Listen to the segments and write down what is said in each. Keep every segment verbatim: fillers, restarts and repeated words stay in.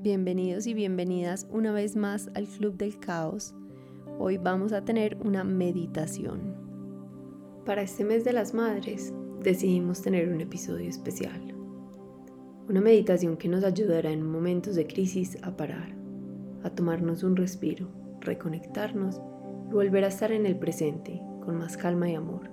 Bienvenidos y bienvenidas una vez más al Club del Caos. Hoy vamos a tener una meditación. Para este mes de las madres decidimos tener un episodio especial. Una meditación que nos ayudará en momentos de crisis a parar, a tomarnos un respiro, reconectarnos y volver a estar en el presente con más calma y amor.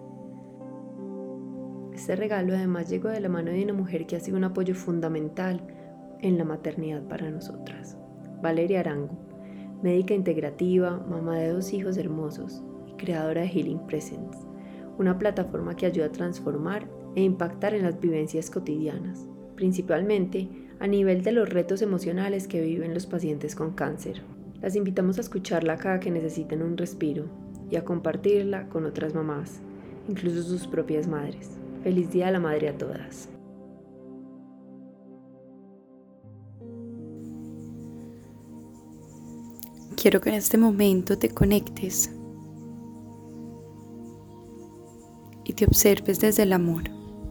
Este regalo además llegó de la mano de una mujer que ha sido un apoyo fundamental en la maternidad para nosotras, Valeria Arango, médica integrativa, mamá de dos hijos hermosos y creadora de Healing Presence, una plataforma que ayuda a transformar e impactar en las vivencias cotidianas, principalmente a nivel de los retos emocionales que viven los pacientes con cáncer. Las invitamos a escucharla cada que necesiten un respiro y a compartirla con otras mamás, incluso sus propias madres. Feliz Día de la Madre a todas. Quiero que en este momento te conectes y te observes desde el amor.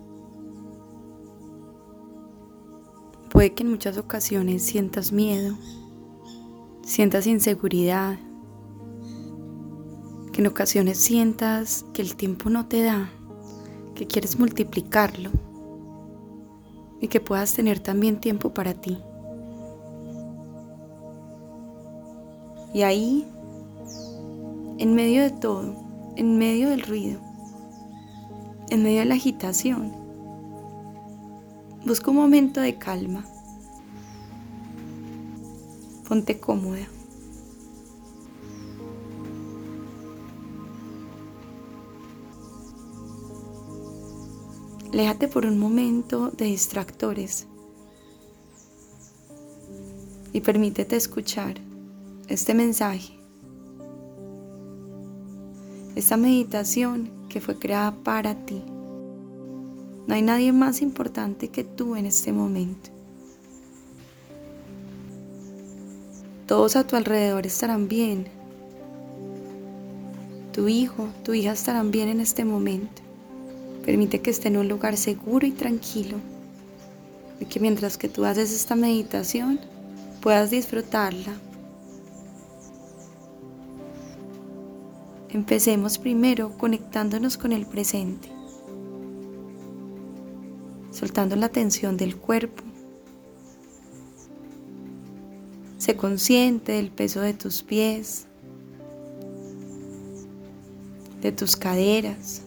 Puede que en muchas ocasiones sientas miedo, sientas inseguridad, que en ocasiones sientas que el tiempo no te da, que quieres multiplicarlo y que puedas tener también tiempo para ti. Y ahí, en medio de todo, en medio del ruido, en medio de la agitación, busca un momento de calma. Ponte cómoda. Aléjate por un momento de distractores y permítete escuchar este mensaje, esta meditación que fue creada para ti. No hay nadie más importante que tú en este momento. Todos a tu alrededor estarán bien. Tu hijo, tu hija estarán bien en este momento. Permite que esté en un lugar seguro y tranquilo, y que mientras que tú haces esta meditación puedas disfrutarla. Empecemos primero conectándonos con el presente, soltando la tensión del cuerpo. Sé consciente del peso de tus pies, de tus caderas,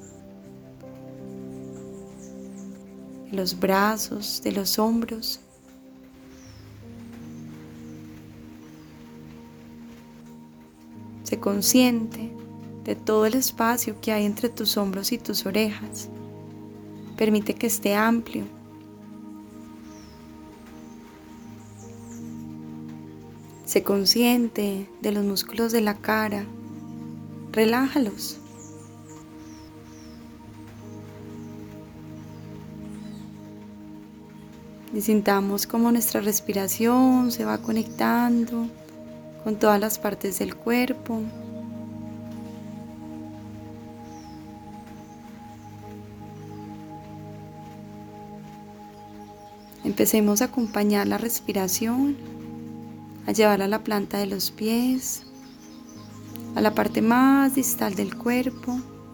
de los brazos, de los hombros. Sé consciente de todo el espacio que hay entre tus hombros y tus orejas. Permite que esté amplio. Sé consciente de los músculos de la cara. Relájalos. Y sintamos cómo nuestra respiración se va conectando con todas las partes del cuerpo. Empecemos a acompañar la respiración, a llevarla a la planta de los pies, a la parte más distal del cuerpo.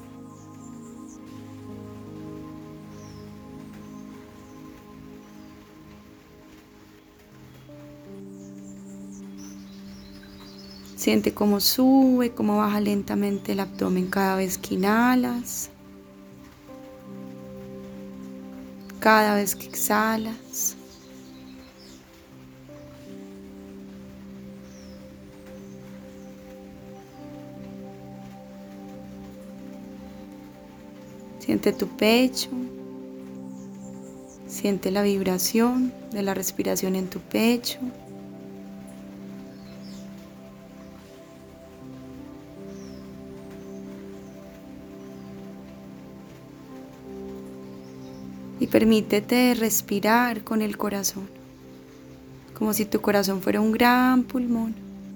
Siente cómo sube, cómo baja lentamente el abdomen cada vez que inhalas, cada vez que exhalas. Siente tu pecho, siente la vibración de la respiración en tu pecho. Y permítete respirar con el corazón, como si tu corazón fuera un gran pulmón.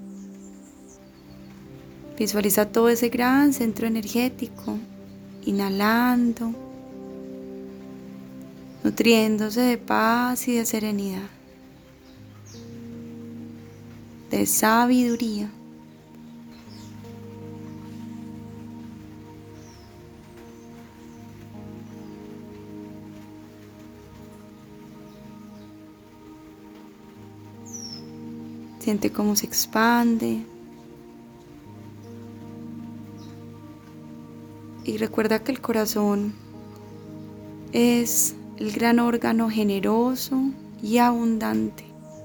Visualiza todo ese gran centro energético, inhalando, nutriéndose de paz y de serenidad. de sabiduría. Siente cómo se expande. Y recuerda que el corazón es el gran órgano generoso y abundante,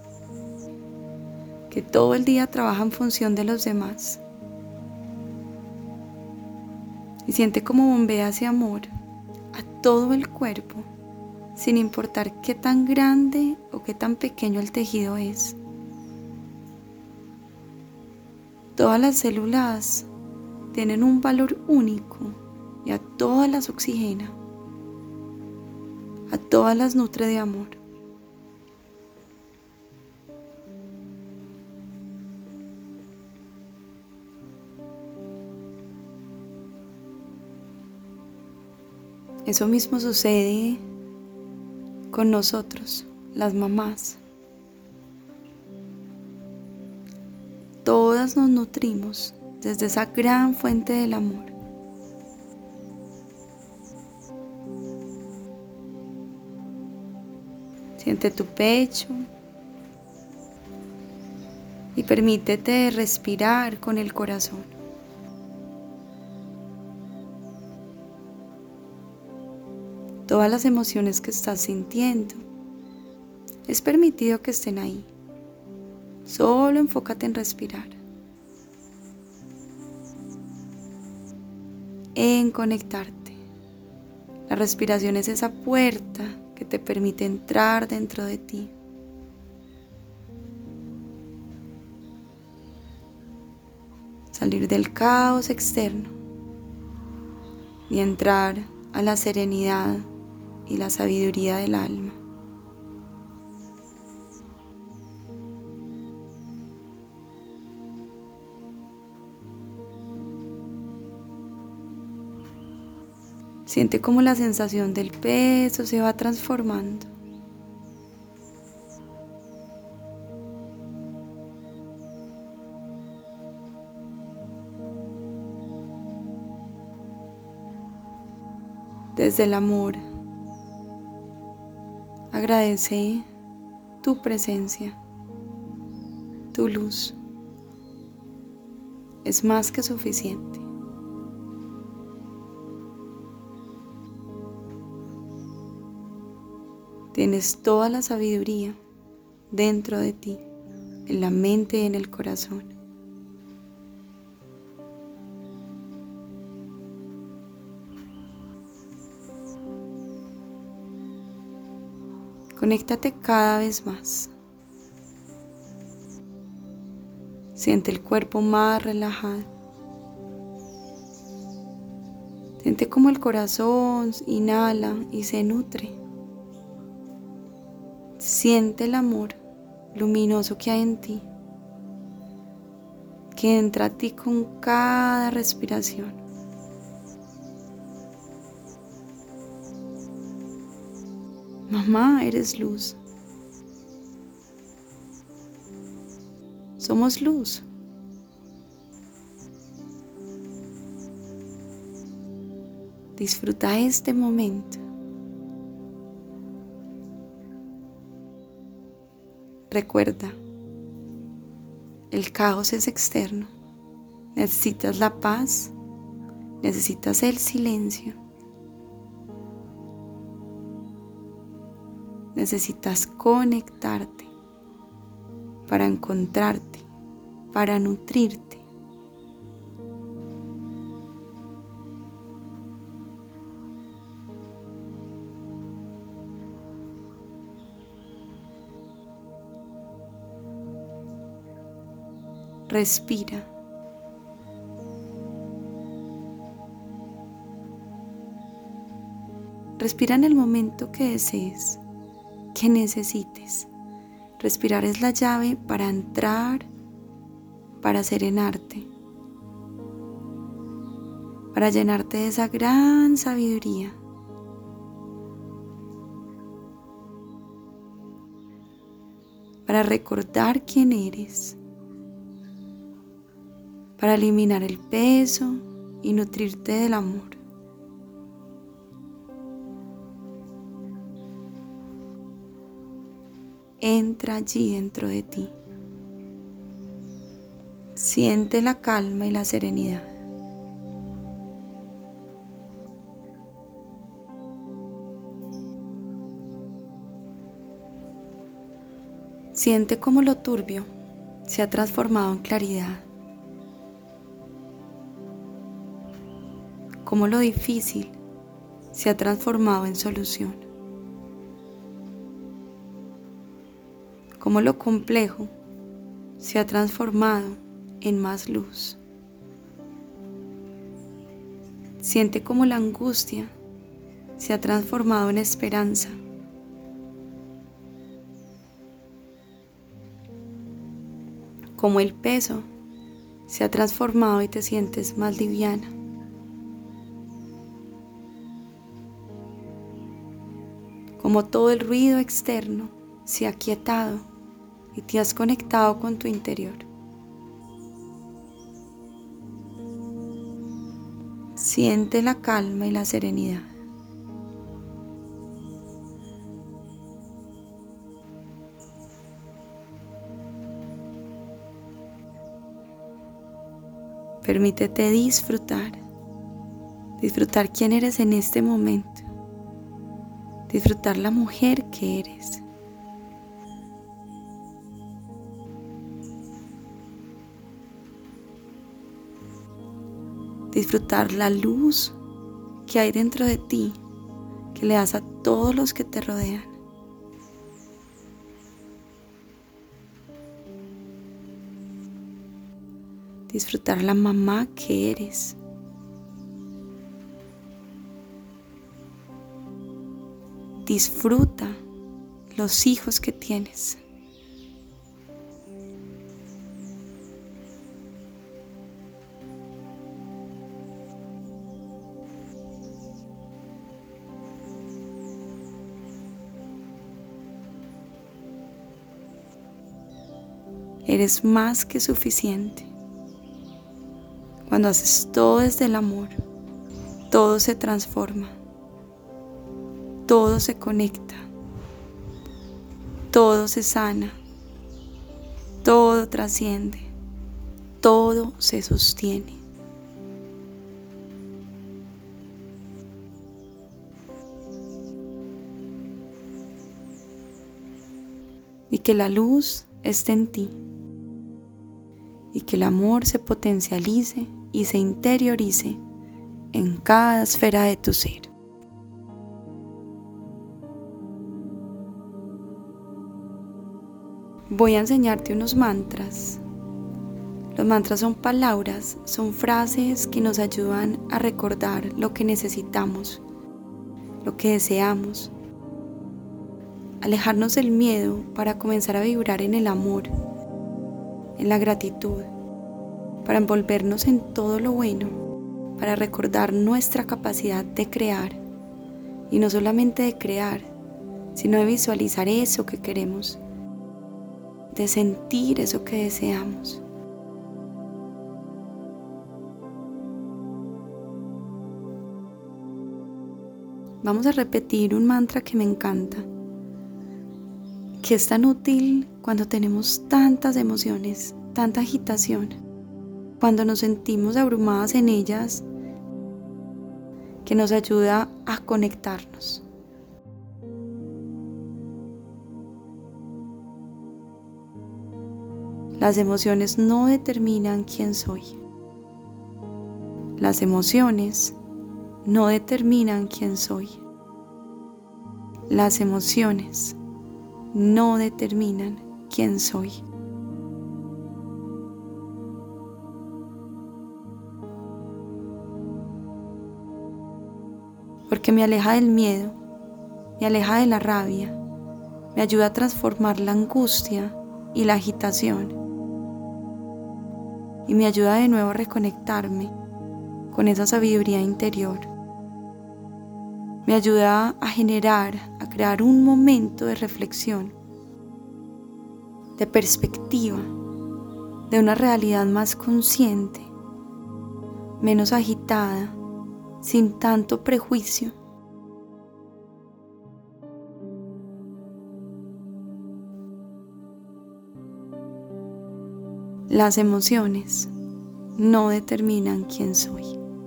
que todo el día trabaja en función de los demás. Y siente cómo bombea ese amor a todo el cuerpo, sin importar qué tan grande o qué tan pequeño el tejido es. Todas las células tienen un valor único y a todas las oxigena, a todas las nutre de amor. Eso mismo sucede con nosotros, las mamás. Todas nos nutrimos desde esa gran fuente del amor. Siente tu pecho y permítete respirar con el corazón. Todas las emociones que estás sintiendo, es permitido que estén ahí. Solo enfócate en respirar, en conectarte. La respiración es esa puerta que te permite entrar dentro de ti. Salir del caos externo y entrar a la serenidad y la sabiduría del alma. Siente cómo la sensación del peso se va transformando. Desde el amor, agradece tu presencia, tu luz. Es más que suficiente. Tienes toda la sabiduría dentro de ti, en la mente y en el corazón. Conéctate cada vez más. Siente el cuerpo más relajado. Siente cómo el corazón inhala y se nutre. Siente el amor luminoso que hay en ti, que entra a ti con cada respiración. Mamá, eres luz. Somos luz. Disfruta este momento. Recuerda, el caos es externo. Necesitas la paz, necesitas el silencio. Necesitas conectarte para encontrarte, para nutrirte. Respira. Respira en el momento que desees, que necesites. Respirar es la llave para entrar, para serenarte, para llenarte de esa gran sabiduría. Para recordar quién eres para eliminar el peso y nutrirte del amor. Entra allí dentro de ti. Siente la calma y la serenidad. Siente cómo lo turbio se ha transformado en claridad, cómo lo difícil se ha transformado en solución, cómo lo complejo se ha transformado en más luz. Siente cómo la angustia se ha transformado en esperanza. Como el peso se ha transformado y te sientes más liviana. Como todo el ruido externo se ha quietado y te has conectado con tu interior. Siente la calma y la serenidad. Permítete disfrutar, disfrutar quién eres en este momento, disfrutar la mujer que eres. Disfrutar la luz que hay dentro de ti, que le das a todos los que te rodean. Disfrutar la mamá que eres. Disfruta los hijos que tienes. Eres más que suficiente. Cuando haces todo desde el amor, todo se transforma, todo se conecta, todo se sana, todo trasciende, todo se sostiene. Y que la luz esté en ti. Y que el amor se potencialice y se interiorice en cada esfera de tu ser. Voy a enseñarte unos mantras. Los mantras son palabras, son frases que nos ayudan a recordar lo que necesitamos, lo que deseamos, alejarnos del miedo para comenzar a vibrar en el amor, en la gratitud, para envolvernos en todo lo bueno, para recordar nuestra capacidad de crear, y no solamente de crear, sino de visualizar eso que queremos, de sentir eso que deseamos. Vamos a repetir un mantra que me encanta, que es tan útil cuando tenemos tantas emociones, tanta agitación, cuando nos sentimos abrumadas en ellas, que nos ayuda a conectarnos. Las emociones no determinan quién soy. Las emociones no determinan quién soy. Las emociones no determinan quién soy. Porque me aleja del miedo, me aleja de la rabia, me ayuda a transformar la angustia y la agitación, y me ayuda de nuevo a reconectarme con esa sabiduría interior. Me ayuda a generar, a crear un momento de reflexión, de perspectiva, de una realidad más consciente menos agitada, sin tanto prejuicio. Las emociones no determinan quién soy.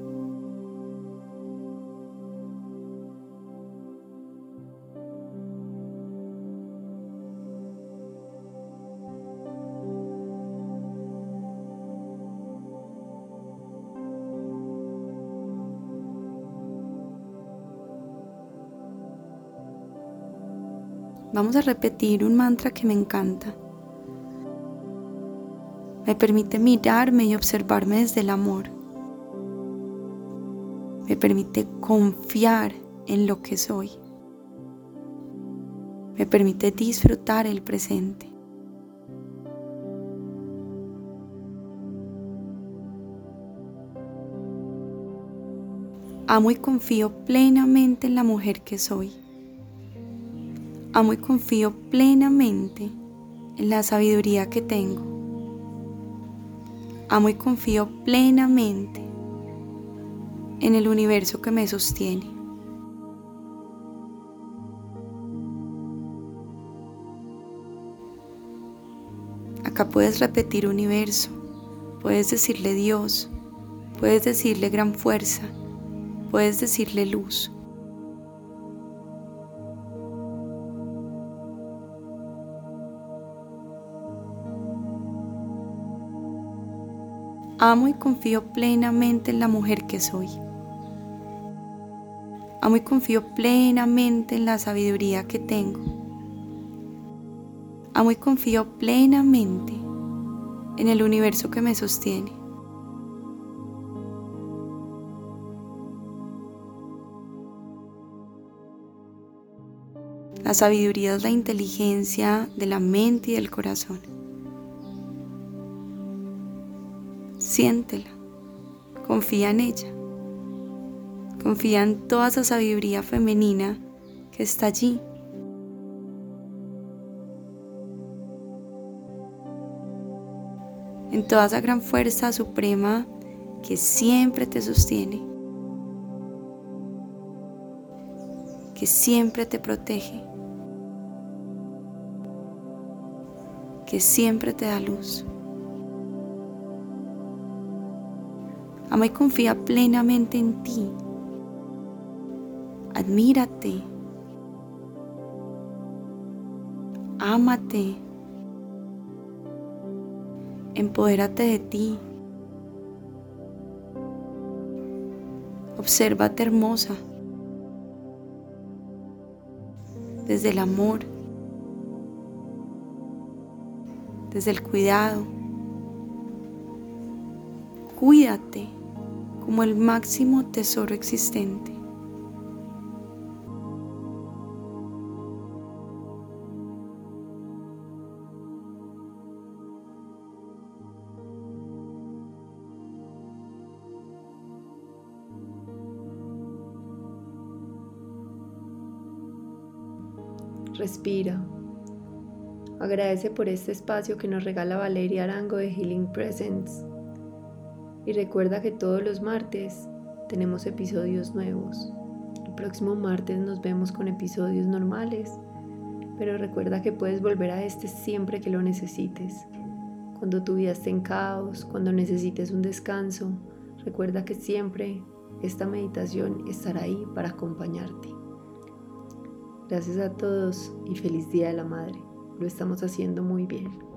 Vamos a repetir un mantra que me encanta. Me permite mirarme y observarme desde el amor. Me permite confiar en lo que soy. Me permite disfrutar el presente. Amo y confío plenamente en la mujer que soy. Amo y confío plenamente en la sabiduría que tengo. Amo y confío plenamente en el universo que me sostiene. Acá puedes repetir universo, puedes decirle Dios, puedes decirle gran fuerza, puedes decirle luz. Amo y confío plenamente en la mujer que soy. Amo y confío plenamente en la sabiduría que tengo. Amo y confío plenamente en el universo que me sostiene. La sabiduría es la inteligencia de la mente y del corazón. Siéntela, confía en ella, confía en toda esa sabiduría femenina que está allí. En toda esa gran fuerza suprema que siempre te sostiene, que siempre te protege, que siempre te da luz. Ama y confía plenamente en ti. Admírate. Ámate. Empodérate de ti. Obsérvate hermosa. Desde el amor. Desde el cuidado. Cuídate como el máximo tesoro existente. Respira. Agradece por este espacio que nos regala Valeria Arango de Healing Presence. Y recuerda que todos los martes tenemos episodios nuevos. El próximo martes nos vemos con episodios normales, pero recuerda que puedes volver a este siempre que lo necesites. Cuando tu vida esté en caos, cuando necesites un descanso, recuerda que siempre esta meditación estará ahí para acompañarte. Gracias a todos y feliz Día de la Madre. Lo estamos haciendo muy bien.